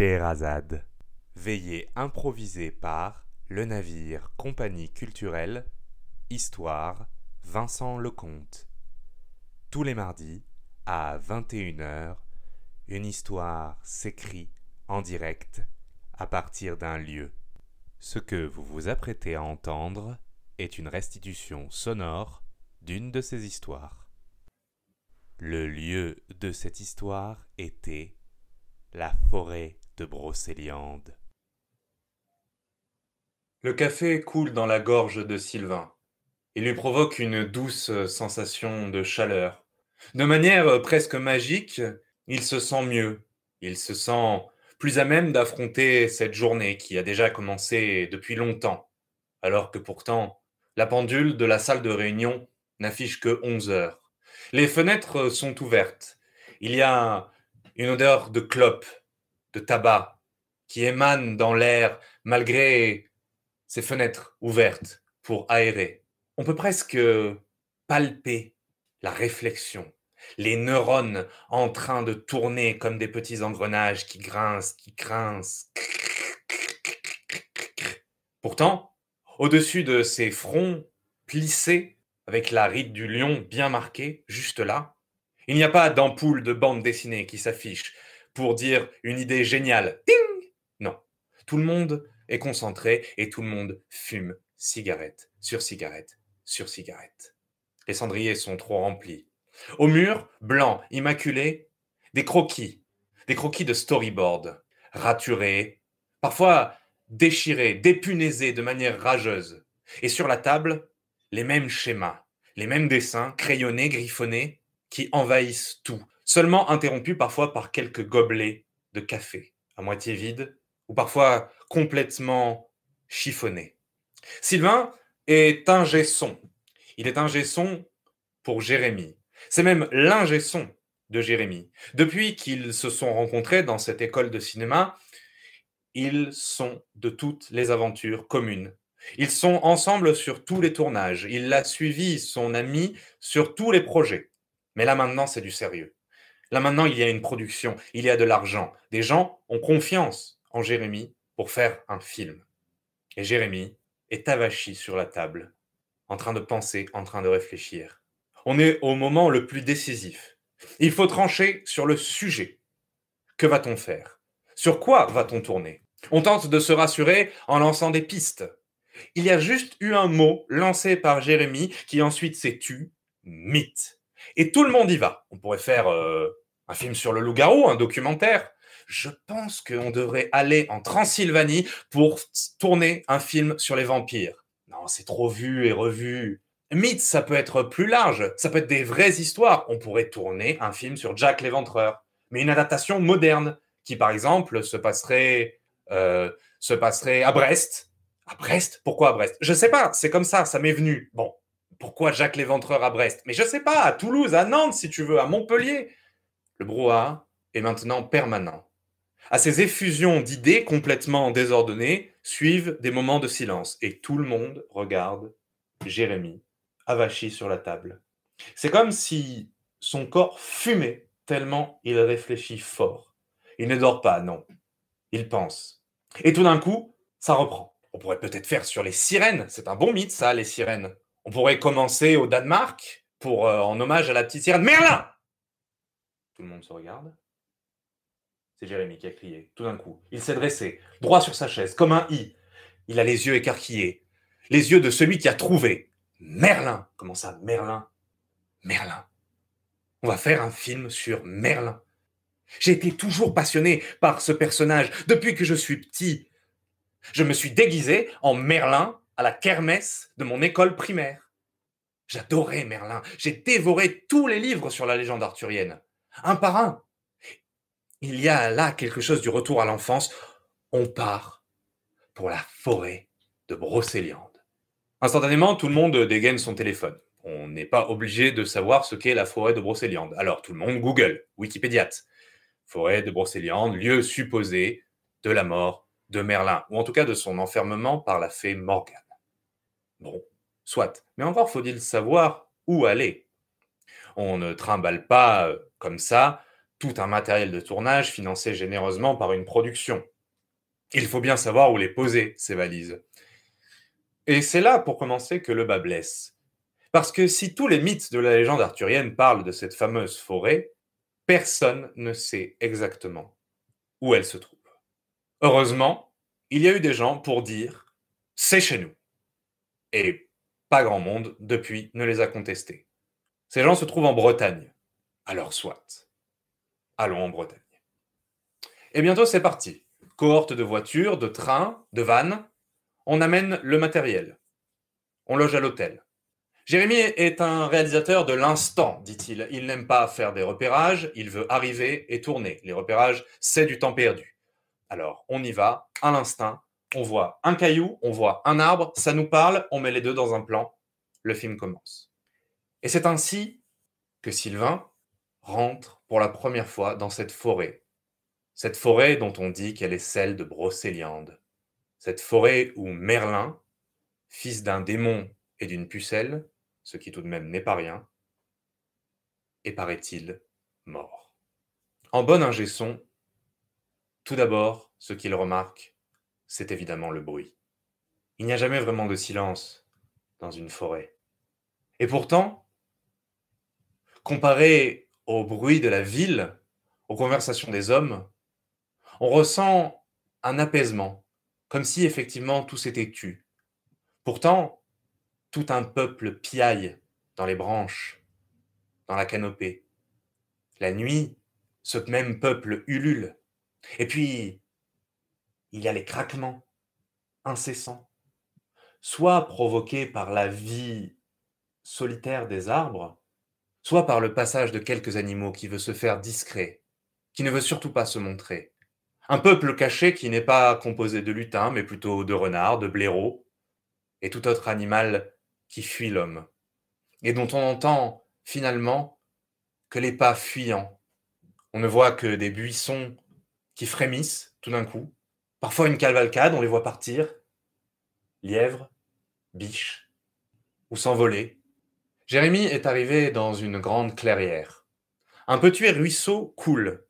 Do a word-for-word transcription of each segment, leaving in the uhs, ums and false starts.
Scheherazade. Veillée improvisée par Le Navire Compagnie Culturelle. Histoire Vincent Lecomte. Tous les mardis à vingt et une heures, une histoire s'écrit en direct à partir d'un lieu. Ce que vous vous apprêtez à entendre est une restitution sonore d'une de ces histoires. Le lieu de cette histoire était la forêt de Brocéliande. Le café coule dans la gorge de Sylvain. Il lui provoque une douce sensation de chaleur. De manière presque magique, il se sent mieux. Il se sent plus à même d'affronter cette journée qui a déjà commencé depuis longtemps, alors que pourtant, la pendule de la salle de réunion n'affiche que onze heures. Les fenêtres sont ouvertes. Il y a une odeur de clope, de tabac, qui émane dans l'air malgré ces fenêtres ouvertes pour aérer. On peut presque palper la réflexion, les neurones en train de tourner comme des petits engrenages qui grincent, qui grincent. Pourtant, au-dessus de ces fronts plissés, avec la ride du lion bien marquée, juste là, il n'y a pas d'ampoule de bande dessinée qui s'affiche pour dire une idée géniale. Ding ! Non, tout le monde est concentré et tout le monde fume cigarette sur cigarette sur cigarette. Les cendriers sont trop remplis. Au mur, blanc, immaculé, des croquis, des croquis de storyboard, raturés, parfois déchirés, dépunaisés de manière rageuse. Et sur la table, les mêmes schémas, les mêmes dessins, crayonnés, griffonnés, qui envahissent tout, seulement interrompus parfois par quelques gobelets de café, à moitié vides, ou parfois complètement chiffonnés. Sylvain est ingé son. Il est ingé son pour Jérémy. C'est même l'ingé son de Jérémy. Depuis qu'ils se sont rencontrés dans cette école de cinéma, ils sont de toutes les aventures communes. Ils sont ensemble sur tous les tournages. Il a suivi son ami sur tous les projets. Mais là maintenant, c'est du sérieux. Là maintenant, il y a une production, il y a de l'argent. Des gens ont confiance en Jérémy pour faire un film. Et Jérémy est avachi sur la table, en train de penser, en train de réfléchir. On est au moment le plus décisif. Il faut trancher sur le sujet. Que va-t-on faire ? Sur quoi va-t-on tourner ? On tente de se rassurer en lançant des pistes. Il y a juste eu un mot lancé par Jérémy qui ensuite s'est tu, mythe. Et tout le monde y va. On pourrait faire euh, un film sur le loup-garou, un documentaire. Je pense qu'on devrait aller en Transylvanie pour tourner un film sur les vampires. Non, c'est trop vu et revu. Mythe, ça peut être plus large. Ça peut être des vraies histoires. On pourrait tourner un film sur Jack l'Éventreur. Mais une adaptation moderne qui, par exemple, se passerait, euh, se passerait à Brest. À Brest ? Pourquoi à Brest ? Je sais pas, c'est comme ça, ça m'est venu. Bon, pourquoi Jack l'Éventreur à Brest ? Mais je sais pas, à Toulouse, à Nantes, si tu veux, à Montpellier. Le brouhaha est maintenant permanent. À ces effusions d'idées complètement désordonnées suivent des moments de silence et tout le monde regarde Jérémy avachi sur la table. C'est comme si son corps fumait tellement il réfléchit fort. Il ne dort pas, non. Il pense. Et tout d'un coup, ça reprend. On pourrait peut-être faire sur les sirènes. C'est un bon mythe, ça, les sirènes. On pourrait commencer au Danemark pour, euh, en hommage à la petite sirène. Merlin ! Tout le monde se regarde. C'est Jérémy qui a crié, tout d'un coup. Il s'est dressé, droit sur sa chaise, comme un i. Il a les yeux écarquillés. Les yeux de celui qui a trouvé. Merlin ! Comment ça, Merlin ? Merlin. On va faire un film sur Merlin. J'ai été toujours passionné par ce personnage depuis que je suis petit. Je me suis déguisé en Merlin à la kermesse de mon école primaire. J'adorais Merlin. J'ai dévoré tous les livres sur la légende arthurienne, un par un. Il y a là quelque chose du retour à l'enfance. On part pour la forêt de Brocéliande. Instantanément, tout le monde dégaine son téléphone. On n'est pas obligé de savoir ce qu'est la forêt de Brocéliande. Alors tout le monde Google, Wikipédiate. Forêt de Brocéliande, lieu supposé de la mort de Merlin, ou en tout cas de son enfermement par la fée Morgane. Bon, soit. Mais encore faut-il savoir où aller. On ne trimballe pas euh, comme ça tout un matériel de tournage financé généreusement par une production. Il faut bien savoir où les poser, ces valises. Et c'est là, pour commencer, que le bas blesse. Parce que si tous les mythes de la légende arthurienne parlent de cette fameuse forêt, personne ne sait exactement où elle se trouve. Heureusement, il y a eu des gens pour dire « c'est chez nous ». Et pas grand monde, depuis, ne les a contestés. Ces gens se trouvent en Bretagne. Alors soit. Allons en Bretagne. Et bientôt c'est parti. Cohorte de voitures, de trains, de vannes. On amène le matériel. On loge à l'hôtel. Jérémy est un réalisateur de l'instant, dit-il. Il n'aime pas faire des repérages, il veut arriver et tourner. Les repérages, c'est du temps perdu. Alors, on y va, à l'instinct. On voit un caillou, on voit un arbre, ça nous parle, on met les deux dans un plan. Le film commence. Et c'est ainsi que Sylvain rentre pour la première fois dans cette forêt. Cette forêt dont on dit qu'elle est celle de Brocéliande. Cette forêt où Merlin, fils d'un démon et d'une pucelle, ce qui tout de même n'est pas rien, est, paraît-il, mort. En bon ingé son, tout d'abord, ce qu'il remarque, c'est évidemment le bruit. Il n'y a jamais vraiment de silence dans une forêt. Et pourtant, comparé au bruit de la ville, aux conversations des hommes, on ressent un apaisement, comme si effectivement tout s'était tu. Pourtant, tout un peuple piaille dans les branches, dans la canopée. La nuit, ce même peuple ulule. Et puis, il y a les craquements incessants, soit provoqués par la vie solitaire des arbres, soit par le passage de quelques animaux qui veut se faire discret, qui ne veut surtout pas se montrer. Un peuple caché qui n'est pas composé de lutins, mais plutôt de renards, de blaireaux, et tout autre animal qui fuit l'homme, et dont on entend finalement que les pas fuyants. On ne voit que des buissons qui frémissent tout d'un coup, parfois une cavalcade, on les voit partir, lièvres, biches, ou s'envoler. Jérémy est arrivé dans une grande clairière. Un petit ruisseau coule.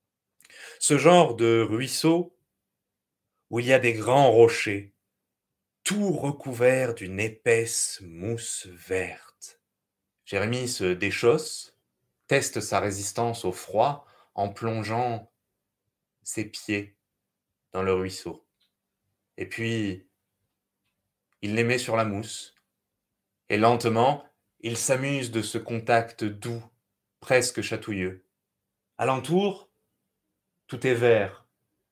Ce genre de ruisseau où il y a des grands rochers, tout recouvert d'une épaisse mousse verte. Jérémy se déchausse, teste sa résistance au froid en plongeant ses pieds dans le ruisseau. Et puis, il les met sur la mousse. Et lentement, il s'amuse de ce contact doux, presque chatouilleux. Alentour, tout est vert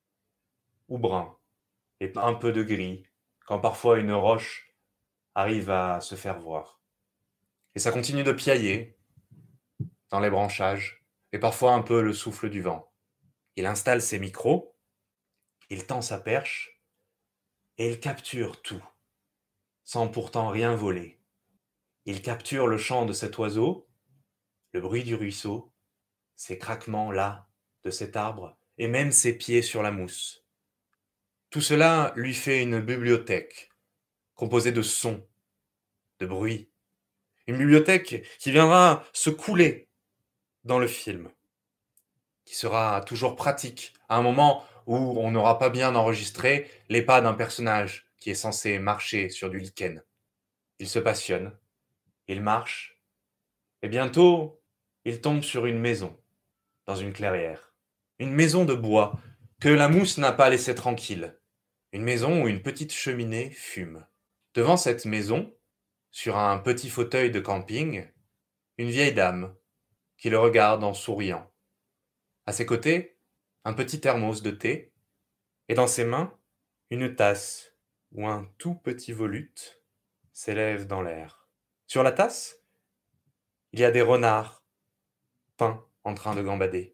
ou brun, et un peu de gris, quand parfois une roche arrive à se faire voir. Et ça continue de piailler dans les branchages, et parfois un peu le souffle du vent. Il installe ses micros, il tend sa perche, et il capture tout, sans pourtant rien voler. Il capture le chant de cet oiseau, le bruit du ruisseau, ces craquements là de cet arbre, et même ses pieds sur la mousse. Tout cela lui fait une bibliothèque, composée de sons, de bruits. Une bibliothèque qui viendra se couler dans le film, qui sera toujours pratique, à un moment où on n'aura pas bien enregistré les pas d'un personnage qui est censé marcher sur du lichen. Il se passionne, il marche, et bientôt, il tombe sur une maison, dans une clairière. Une maison de bois, que la mousse n'a pas laissé tranquille. Une maison où une petite cheminée fume. Devant cette maison, sur un petit fauteuil de camping, une vieille dame qui le regarde en souriant. À ses côtés, un petit thermos de thé, et dans ses mains, une tasse où un tout petit volute s'élève dans l'air. Sur la tasse, il y a des renards peints en train de gambader.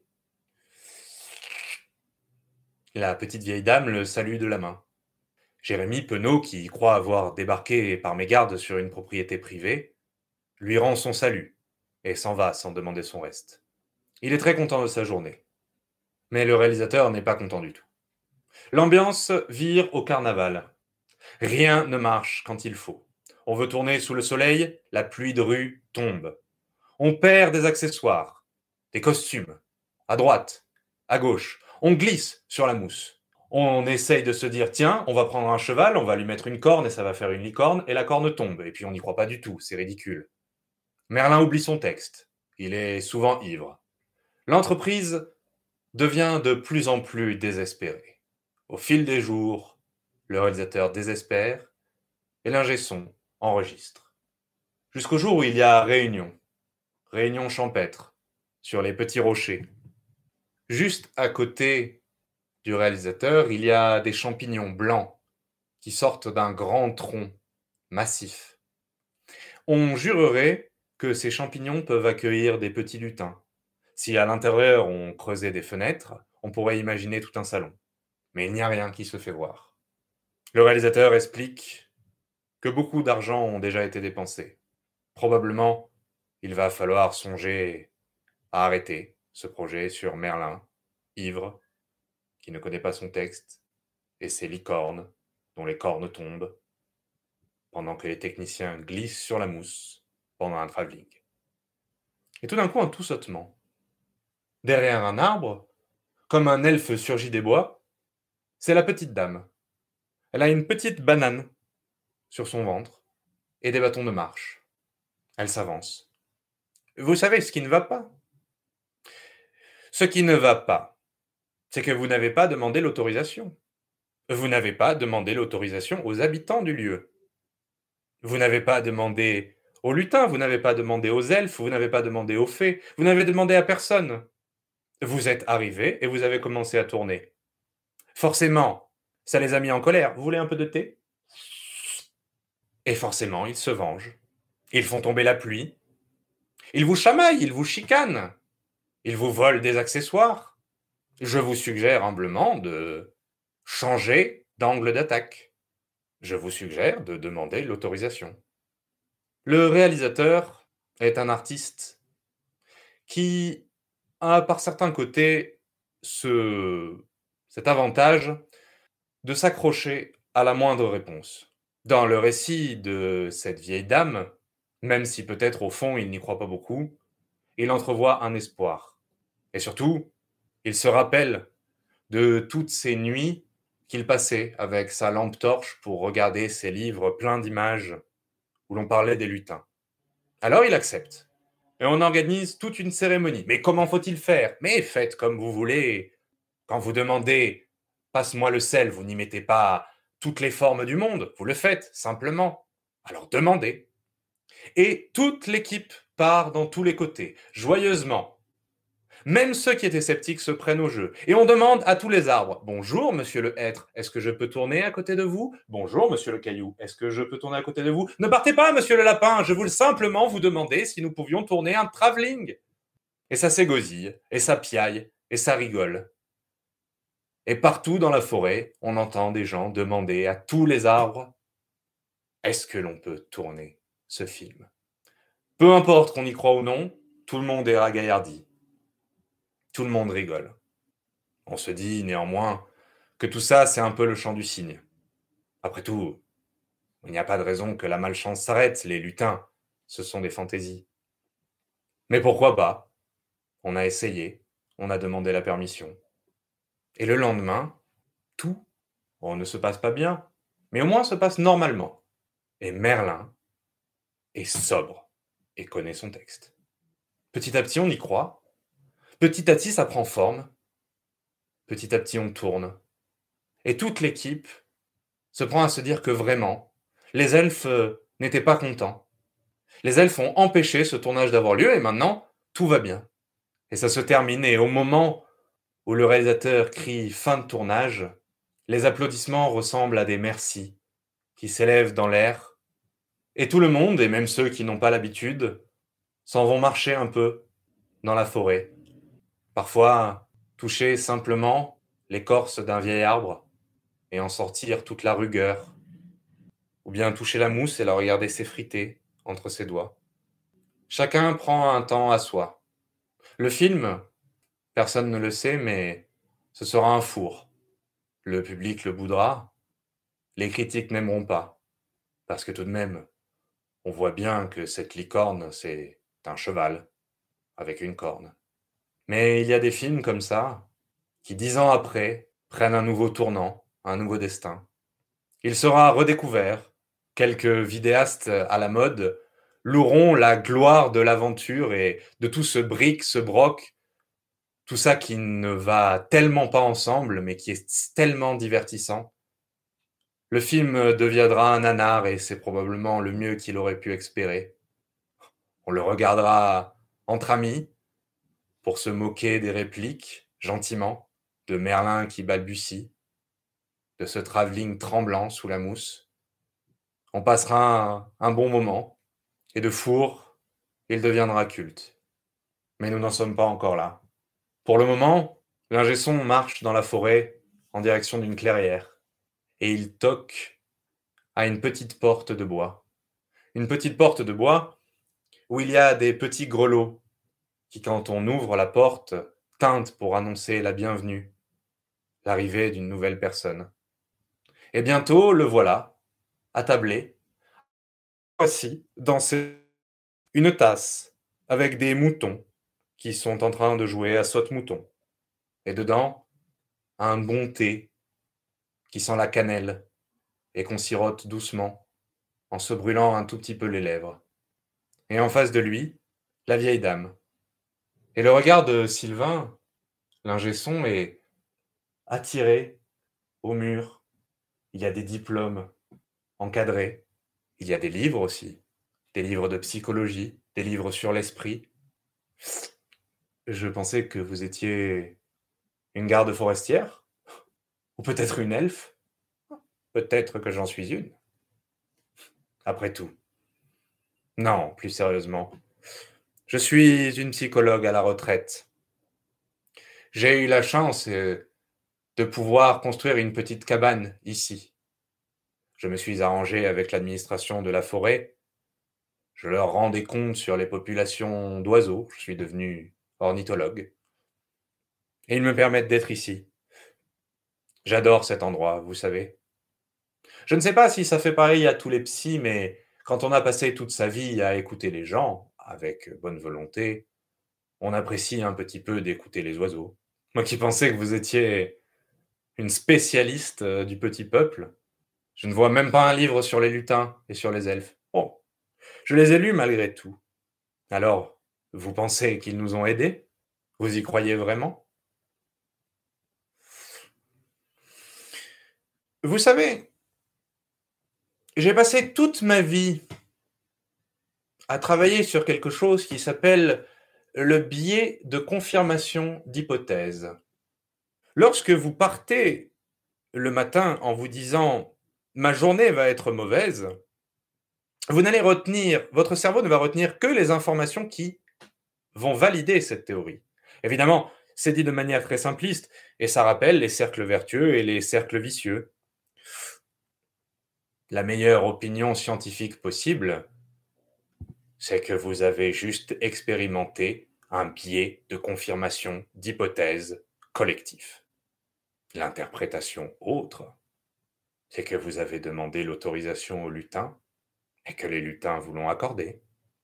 La petite vieille dame le salue de la main. Jérémy Penaud, qui croit avoir débarqué par mégarde sur une propriété privée, lui rend son salut et s'en va sans demander son reste. Il est très content de sa journée. Mais le réalisateur n'est pas content du tout. L'ambiance vire au carnaval. Rien ne marche quand il faut. On veut tourner sous le soleil, la pluie de rue tombe. On perd des accessoires, des costumes. à droite, à gauche. On glisse sur la mousse. On essaye de se dire, tiens, on va prendre un cheval, on va lui mettre une corne et ça va faire une licorne, et la corne tombe. Et puis on n'y croit pas du tout, c'est ridicule. Merlin oublie son texte. Il est souvent ivre. L'entreprise devient de plus en plus désespérée. Au fil des jours, le réalisateur désespère et l'ingé son enregistre. Jusqu'au jour où il y a réunion. Réunion champêtre, sur les petits rochers. Juste à côté du réalisateur, il y a des champignons blancs qui sortent d'un grand tronc massif. On jurerait que ces champignons peuvent accueillir des petits lutins. Si à l'intérieur on creusait des fenêtres, on pourrait imaginer tout un salon. Mais il n'y a rien qui se fait voir. Le réalisateur explique que beaucoup d'argent ont déjà été dépensés. Probablement, il va falloir songer à arrêter ce projet sur Merlin, ivre, qui ne connaît pas son texte, et ses licornes, dont les cornes tombent, pendant que les techniciens glissent sur la mousse pendant un travelling. Et tout d'un coup, un tout sautement. Derrière un arbre, comme un elfe surgit des bois, c'est la petite dame. Elle a une petite banane sur son ventre et des bâtons de marche. Elle s'avance. Vous savez ce qui ne va pas? Ce qui ne va pas, c'est que vous n'avez pas demandé l'autorisation. Vous n'avez pas demandé l'autorisation aux habitants du lieu. Vous n'avez pas demandé aux lutins, vous n'avez pas demandé aux elfes, vous n'avez pas demandé aux fées, vous n'avez demandé à personne. Vous êtes arrivé et vous avez commencé à tourner. Forcément, ça les a mis en colère. Vous voulez un peu de thé? Et forcément, ils se vengent. Ils font tomber la pluie. Ils vous chamaillent, ils vous chicanent. Ils vous volent des accessoires. Je vous suggère humblement de changer d'angle d'attaque. Je vous suggère de demander l'autorisation. Le réalisateur est un artiste qui a par certains côtés ce, cet avantage de s'accrocher à la moindre réponse. Dans le récit de cette vieille dame, même si peut-être au fond il n'y croit pas beaucoup, il entrevoit un espoir. Et surtout, il se rappelle de toutes ces nuits qu'il passait avec sa lampe torche pour regarder ces livres pleins d'images où l'on parlait des lutins. Alors il accepte. Et on organise toute une cérémonie. Mais comment faut-il faire? Mais faites comme vous voulez. Quand vous demandez « passe-moi le sel », vous n'y mettez pas toutes les formes du monde. Vous le faites, simplement. Alors demandez. Et toute l'équipe part dans tous les côtés, joyeusement. Même ceux qui étaient sceptiques se prennent au jeu. Et on demande à tous les arbres « Bonjour, monsieur le hêtre, est-ce que je peux tourner à côté de vous ? Bonjour, monsieur le caillou, est-ce que je peux tourner à côté de vous ? Ne partez pas, monsieur le lapin, je voulais simplement vous demander si nous pouvions tourner un travelling. » Et ça s'égosille, et ça piaille, et ça rigole. Et partout dans la forêt, on entend des gens demander à tous les arbres « Est-ce que l'on peut tourner ce film ?» Peu importe qu'on y croit ou non, tout le monde est ragaillardi. Tout le monde rigole. On se dit néanmoins que tout ça, c'est un peu le chant du cygne. Après tout, il n'y a pas de raison que la malchance s'arrête, les lutins, ce sont des fantaisies. Mais pourquoi pas? On a essayé, on a demandé la permission. Et le lendemain, tout, on ne se passe pas bien, mais au moins se passe normalement. Et Merlin est sobre et connaît son texte. Petit à petit, on y croit. Petit à petit, ça prend forme. Petit à petit, on tourne. Et toute l'équipe se prend à se dire que vraiment, les elfes euh, n'étaient pas contents. Les elfes ont empêché ce tournage d'avoir lieu et maintenant, tout va bien. Et ça se termine et au moment où le réalisateur crie « fin de tournage », les applaudissements ressemblent à des merci qui s'élèvent dans l'air et tout le monde, et même ceux qui n'ont pas l'habitude, s'en vont marcher un peu dans la forêt. Parfois, toucher simplement l'écorce d'un vieil arbre et en sortir toute la rugueur, ou bien toucher la mousse et la regarder s'effriter entre ses doigts. Chacun prend un temps à soi. Le film, personne ne le sait, mais ce sera un four. Le public le boudra, les critiques n'aimeront pas, parce que tout de même, on voit bien que cette licorne, c'est un cheval avec une corne. Mais il y a des films comme ça, qui dix ans après, prennent un nouveau tournant, un nouveau destin. Il sera redécouvert. Quelques vidéastes à la mode loueront la gloire de l'aventure et de tout ce bric, ce broc, tout ça qui ne va tellement pas ensemble, mais qui est tellement divertissant. Le film deviendra un nanar et c'est probablement le mieux qu'il aurait pu espérer. On le regardera entre amis pour se moquer des répliques, gentiment, de Merlin qui balbutie, de ce travelling tremblant sous la mousse. On passera un, un bon moment et de four, il deviendra culte. Mais nous n'en sommes pas encore là. Pour le moment, l'ingé son marche dans la forêt en direction d'une clairière et il toque à une petite porte de bois. Une petite porte de bois où il y a des petits grelots qui, quand on ouvre la porte, tintent pour annoncer la bienvenue, l'arrivée d'une nouvelle personne. Et bientôt, le voilà, attablé. Voici, dans une tasse, avec des moutons qui sont en train de jouer à saute-mouton. Et dedans, un bon thé qui sent la cannelle et qu'on sirote doucement en se brûlant un tout petit peu les lèvres. Et en face de lui, la vieille dame. Et le regard de Sylvain, l'ingé son, est attiré au mur. Il y a des diplômes encadrés. Il y a des livres aussi. Des livres de psychologie, des livres sur l'esprit. Je pensais que vous étiez une garde forestière, ou peut-être une elfe. Peut-être que j'en suis une. Après tout. Non, plus sérieusement. Je suis une psychologue à la retraite. J'ai eu la chance euh, de pouvoir construire une petite cabane ici. Je me suis arrangé avec l'administration de la forêt. Je leur rendais compte sur les populations d'oiseaux. Je suis devenu ornithologue. Et ils me permettent d'être ici. J'adore cet endroit, vous savez. Je ne sais pas si ça fait pareil à tous les psys, mais quand on a passé toute sa vie à écouter les gens, avec bonne volonté, on apprécie un petit peu d'écouter les oiseaux. Moi qui pensais que vous étiez une spécialiste euh, du petit peuple, je ne vois même pas un livre sur les lutins et sur les elfes. Bon, je les ai lus malgré tout. Alors, vous pensez qu'ils nous ont aidés? Vous y croyez vraiment? Vous savez, j'ai passé toute ma vie à travailler sur quelque chose qui s'appelle le biais de confirmation d'hypothèse. Lorsque vous partez le matin en vous disant ma journée va être mauvaise, vous n'allez retenir, votre cerveau ne va retenir que les informations qui vont valider cette théorie. Évidemment, c'est dit de manière très simpliste et ça rappelle les cercles vertueux et les cercles vicieux. La meilleure opinion scientifique possible, c'est que vous avez juste expérimenté un biais de confirmation d'hypothèse collectif. L'interprétation autre, c'est que vous avez demandé l'autorisation aux lutins et que les lutins vous l'ont accordé.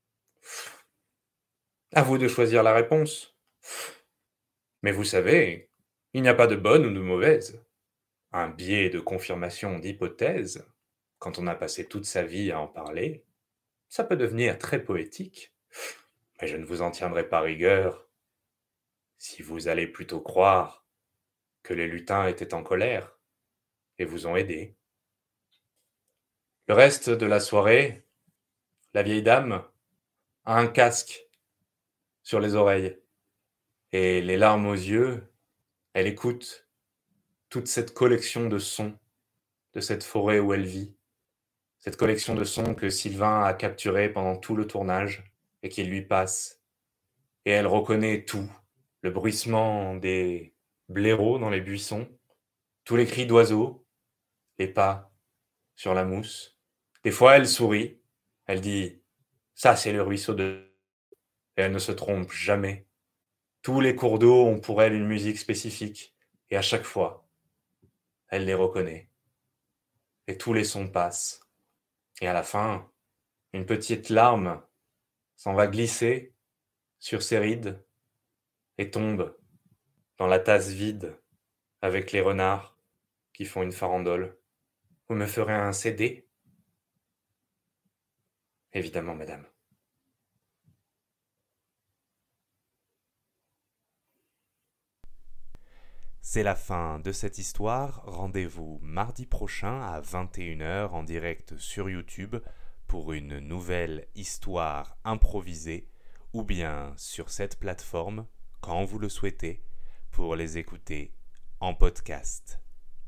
À vous de choisir la réponse. Mais vous savez, il n'y a pas de bonne ou de mauvaise. Un biais de confirmation d'hypothèse, quand on a passé toute sa vie à en parler, ça peut devenir très poétique. Mais je ne vous en tiendrai pas rigueur si vous allez plutôt croire que les lutins étaient en colère et vous ont aidé. Le reste de la soirée, la vieille dame a un casque sur les oreilles et les larmes aux yeux, elle écoute toute cette collection de sons de cette forêt où elle vit, cette collection de sons que Sylvain a capturés pendant tout le tournage et qui lui passe. Et elle reconnaît tout, le bruissement des blaireaux dans les buissons, tous les cris d'oiseaux, les pas sur la mousse. Des fois, elle sourit, elle dit « ça, c'est le ruisseau de... » Et elle ne se trompe jamais. Tous les cours d'eau ont pour elle une musique spécifique, et à chaque fois, elle les reconnaît. Et tous les sons passent. Et à la fin, une petite larme s'en va glisser sur ses rides, et tombe dans la tasse vide avec les renards qui font une farandole, vous me ferez un C D? Évidemment, madame. C'est la fin de cette histoire. Rendez-vous mardi prochain à vingt et une heures en direct sur YouTube pour une nouvelle histoire improvisée ou bien sur cette plateforme quand vous le souhaitez pour les écouter en podcast.